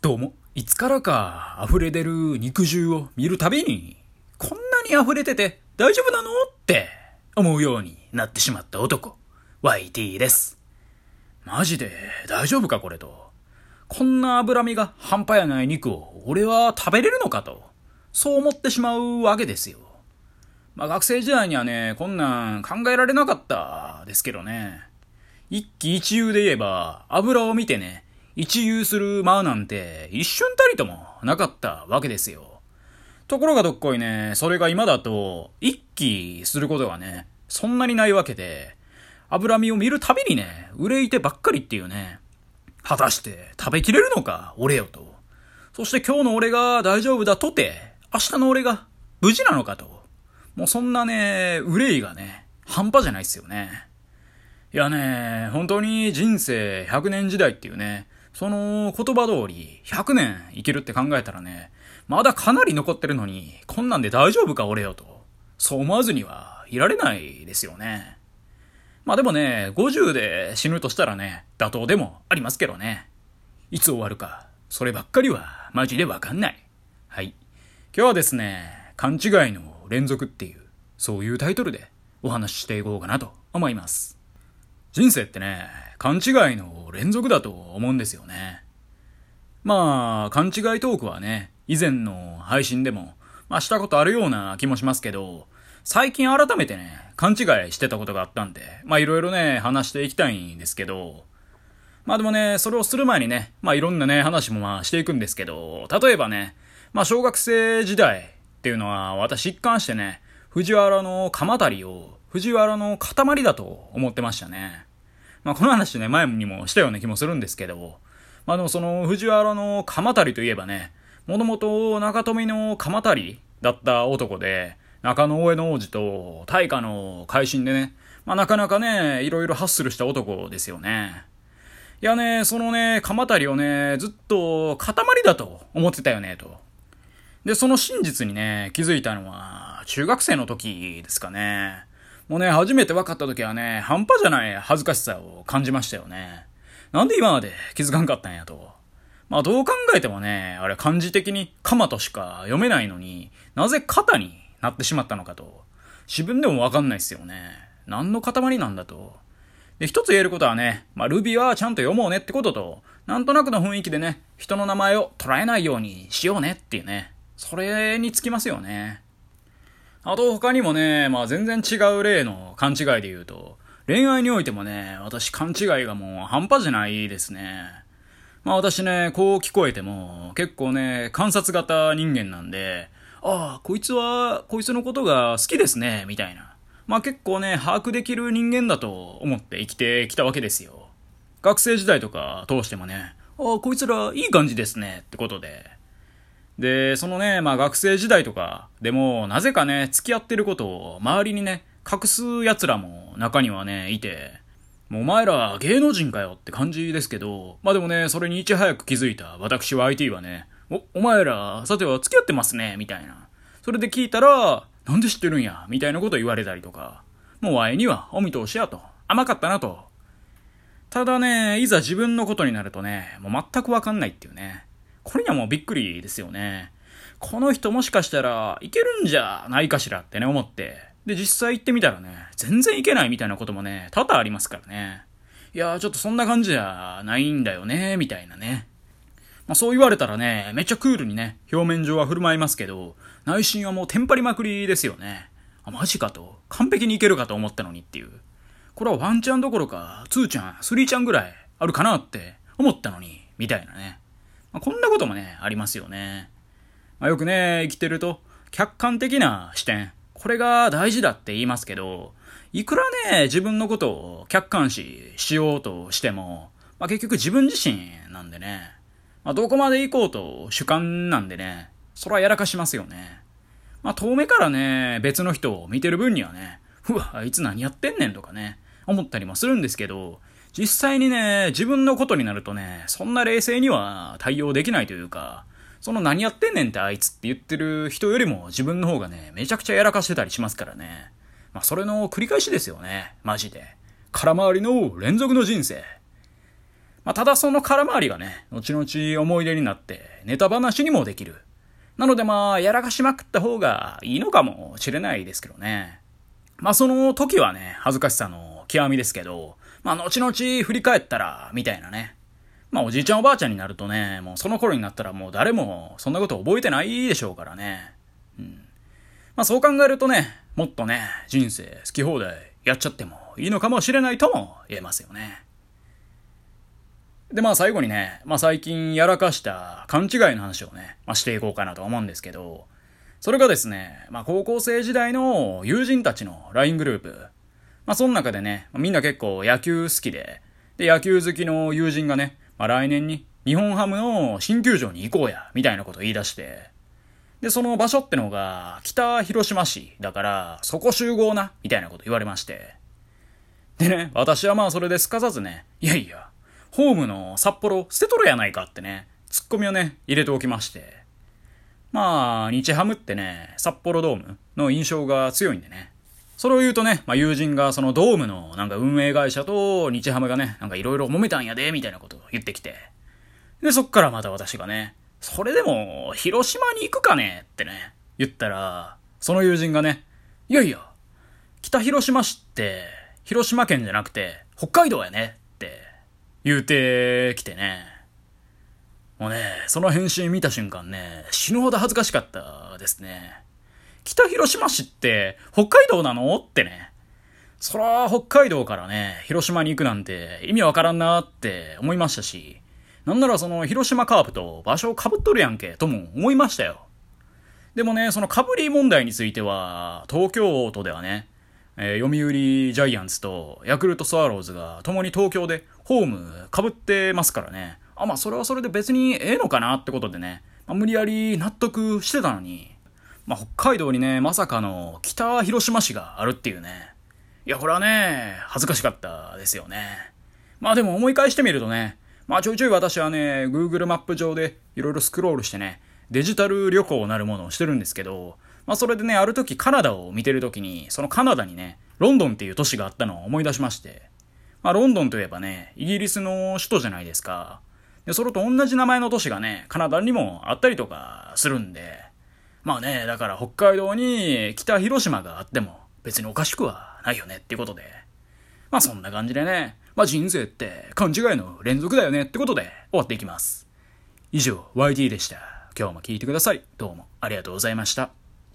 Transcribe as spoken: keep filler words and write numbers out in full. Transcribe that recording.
どうも、いつからか溢れ出る肉汁を見るたびに、こんなに溢れてて大丈夫なのって思うようになってしまった男、ワイティー です。マジで大丈夫かこれと。こんな脂身が半端やない肉を俺は食べれるのかと、そう思ってしまうわけですよ。まあ学生時代にはね、こんなん考えられなかったですけどね。一喜一憂で言えば、油を見てね、一憂する間なんて一瞬たりともなかったわけですよ。ところがどっこいね、それが今だと一喜することがね、そんなにないわけで、脂身を見るたびにね、憂いてばっかりっていうね、果たして食べきれるのか俺よと。そして今日の俺が大丈夫だとて、明日の俺が無事なのかと。もうそんなね、憂いがね、半端じゃないっすよね。いやね、本当に人生ひゃくねん時代っていうね、その言葉通りひゃくねん生きるって考えたらね、まだかなり残ってるのに、こんなんで大丈夫か俺よと。そう思わずにはいられないですよね。まあでもね、ごじゅうで死ぬとしたらね、妥当でもありますけどね。いつ終わるか、そればっかりはマジでわかんない。はい。今日はですね、勘違いの連続っていう、そういうタイトルでお話ししていこうかなと思います。人生ってね、勘違いの連続だと思うんですよね。まあ、勘違いトークはね、以前の配信でも、まあしたことあるような気もしますけど、最近改めてね、勘違いしてたことがあったんで、まあいろいろね、話していきたいんですけど、まあでもね、それをする前にね、まあいろんなね、話もまあしていくんですけど、例えばね、まあ小学生時代っていうのは私一貫してね、藤原の鎌足りを藤原の塊だと思ってましたね。まあこの話ね、前にもしたような気もするんですけど、まあでもその藤原の鎌足りといえばね、もともと中富の鎌足りだった男で、中野大江の王子と大化の改新でね、まあなかなかね、いろいろハッスルした男ですよね。いやね、そのね、鎌足りをね、ずっと塊だと思ってたよね、と。で、その真実にね、気づいたのは、中学生の時ですかね。もうね、初めて分かった時はね、半端じゃない恥ずかしさを感じましたよね。なんで今まで気づかんかったんやと。まあどう考えてもね、あれ漢字的に鎌としか読めないのに、なぜ肩になってしまったのかと。自分でも分かんないっすよね。何の塊なんだと。で、一つ言えることはね、まあルビーはちゃんと読もうねってことと、なんとなくの雰囲気でね、人の名前を捉えないようにしようねっていうね。それにつきますよね。あと他にもね、まあ全然違う例の勘違いで言うと、恋愛においてもね、私勘違いがもう半端じゃないですね。まあ私ね、こう聞こえても結構ね、観察型人間なんで、ああ、こいつはこいつのことが好きですね、みたいな。まあ結構ね、把握できる人間だと思って生きてきたわけですよ。学生時代とか通してもね、ああ、こいつらいい感じですね、ってことで。で、そのね、まあ学生時代とかでも、なぜかね、付き合ってることを周りにね、隠す奴らも中にはね、いて、もうお前ら芸能人かよって感じですけど、まあでもね、それにいち早く気づいた私は アイティー はね、お、お前ら、さては付き合ってますね、みたいな。それで聞いたら、なんで知ってるんや、みたいなこと言われたりとか、もうワイにはお見通しやと、甘かったなと。ただね、いざ自分のことになるとね、もう全くわかんないっていうね。これにはもうびっくりですよね。この人もしかしたらいけるんじゃないかしらってね思って。で実際行ってみたらね、全然いけないみたいなこともね、多々ありますからね。いやーちょっとそんな感じじゃないんだよね、みたいなね。まあそう言われたらね、めっちゃクールにね、表面上は振る舞いますけど、内心はもうテンパりまくりですよね。あ、マジかと。完璧にいけるかと思ったのにっていう。これはワンチャンどころか、ツーちゃん、スリーちゃんぐらいあるかなって思ったのに、みたいなね。まあ、こんなこともね、ありますよね。まあ、よくね、生きてると、客観的な視点、これが大事だって言いますけど、いくらね、自分のことを客観視しようとしても、まあ、結局自分自身なんでね、まあ、どこまで行こうと主観なんでね、それはやらかしますよね。まあ、遠目からね、別の人を見てる分にはね、うわ、あいつ何やってんねんとかね、思ったりもするんですけど、実際にね、自分のことになるとね、そんな冷静には対応できないというか、その何やってんねんってあいつって言ってる人よりも自分の方がね、めちゃくちゃやらかしてたりしますからね。まあそれの繰り返しですよね、マジで。空回りの連続の人生。 まあ、ただその空回りがね、後々思い出になってネタ話にもできる。なのでまあ、やらかしまくった方がいいのかもしれないですけどね。まあその時はね、恥ずかしさの極みですけど、まあ後々振り返ったら、みたいなね。まあおじいちゃんおばあちゃんになるとね、もうその頃になったらもう誰もそんなこと覚えてないでしょうからね。うん。まあそう考えるとね、もっとね、人生好き放題やっちゃってもいいのかもしれないとも言えますよね。でまあ最後にね、まあ最近やらかした勘違いの話をね、まあしていこうかなと思うんですけど、それがですね、まあ高校生時代の友人たちの ライン グループ。まあその中でね、みんな結構野球好きで、で野球好きの友人がね、まあ来年に日本ハムの新球場に行こうや、みたいなことを言い出して、でその場所ってのが北広島市だから、そこ集合な、みたいなこと言われまして。でね、私はまあそれですかさずね、いやいや、ホームの札幌捨てとるやないかってね、ツッコミをね、入れておきまして。まあ、日ハムってね、札幌ドームの印象が強いんでね。それを言うとね、まあ友人がそのドームのなんか運営会社と日ハムがね、なんかいろいろ揉めたんやで、みたいなことを言ってきて。で、そっからまた私がね、それでも広島に行くかねってね、言ったら、その友人がね、いやいや、北広島市って広島県じゃなくて北海道やねって言うてきてね。もうね、その返信見た瞬間ね、死ぬほど恥ずかしかったですね。北広島市って北海道なのってね。そら北海道からね、広島に行くなんて意味わからんなって思いましたし、なんならその広島カープと場所を被っとるやんけとも思いましたよ。でもね、その被り問題については、東京都ではね、えー、読売ジャイアンツとヤクルトスワローズが共に東京でホーム被ってますからね。あ、まあそれはそれで別にええのかなってことでね、まあ、無理やり納得してたのに、まあ北海道にね、まさかの北広島市があるっていうね。いやこれはね、恥ずかしかったですよね。まあでも思い返してみるとね、まあちょいちょい私はね、Google マップ上でいろいろスクロールしてね、デジタル旅行なるものをしてるんですけど、まあそれでね、ある時カナダを見てる時に、そのカナダにね、ロンドンっていう都市があったのを思い出しまして、まあロンドンといえばね、イギリスの首都じゃないですか。で、それと同じ名前の都市がね、カナダにもあったりとかするんで、まあね、だから北海道に北広島があっても別におかしくはないよねっていうことで、まあそんな感じでね、まあ人生って勘違いの連続だよねってことで終わっていきます。以上、ワイティー でした。今日も聞いてください。どうもありがとうございました。